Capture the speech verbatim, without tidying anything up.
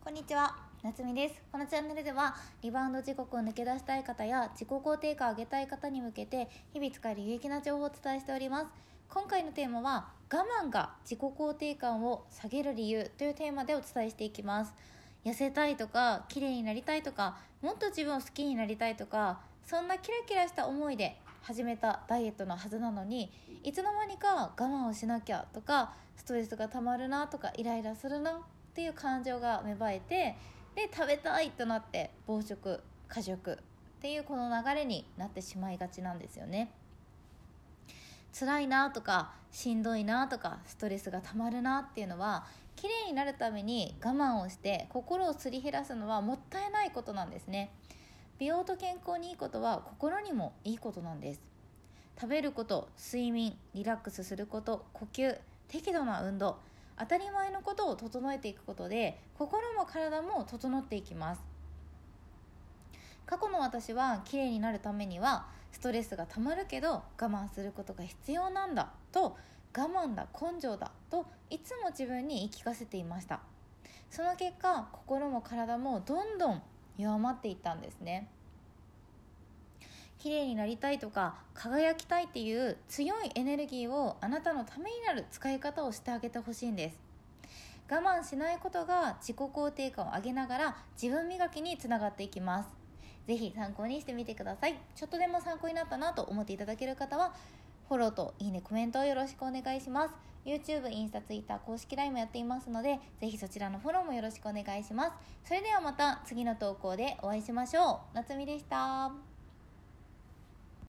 こんにちは、夏美です。このチャンネルではリバウンド時刻を抜け出したい方や自己肯定感を上げたい方に向けて日々使える有益な情報をお伝えしております。今回のテーマは我慢が自己肯定感を下げる理由というテーマでお伝えしていきます。痩せたいとか綺麗になりたいとかもっと自分を好きになりたいとか、そんなキラキラした思いで始めたダイエットのはずなのに、いつの間にか我慢をしなきゃとか、ストレスがたまるなとかイライラするなっていう感情が芽生えて、で食べたいとなって暴食過食っていうこの流れになってしまいがちなんですよね。辛いなとかしんどいなとかストレスがたまるなっていうのは、綺麗になるために我慢をして心をすり減らすのはもったいないことなんですね。美容と健康にいいことは心にもいいことなんです。食べること、睡眠、リラックスすること、呼吸、適度な運動、当たり前のことを整えていくことで心も体も整っていきます。過去の私は綺麗になるためにはストレスがたまるけど我慢することが必要なんだと、我慢だ根性だといつも自分に言い聞かせていました。その結果、心も体もどんどん弱まっていったんですね。綺麗になりたいとか輝きたいっていう強いエネルギーをあなたのためになる使い方をしてあげてほしいんです。我慢しないことが自己肯定感を上げながら自分磨きにつながっていきます。ぜひ参考にしてみてください。ちょっとでも参考になったなと思っていただける方はフォローといいね、コメントをよろしくお願いします。 YouTube、インスタ、Twitter、公式 ライン もやっていますので、ぜひそちらのフォローもよろしくお願いします。それではまた次の投稿でお会いしましょう。夏美でした。